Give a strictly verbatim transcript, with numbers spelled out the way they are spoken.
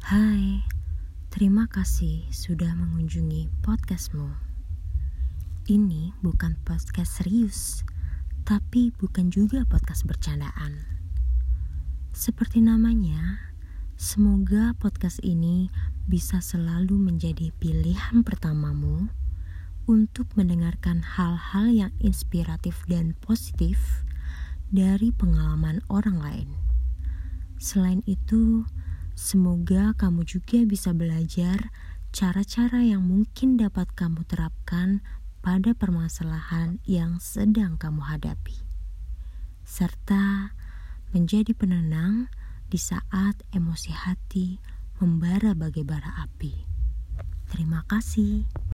Hai, terima kasih sudah mengunjungi podcastmu. Ini bukan podcast serius, tapi bukan juga podcast bercandaan. Seperti namanya, semoga podcast ini bisa selalu menjadi pilihan pertamamu untuk mendengarkan hal-hal yang inspiratif dan positif dari pengalaman orang lain. Selain itu, semoga kamu juga bisa belajar cara-cara yang mungkin dapat kamu terapkan pada permasalahan yang sedang kamu hadapi, serta menjadi penenang di saat emosi hati membara bagai bara api. Terima kasih.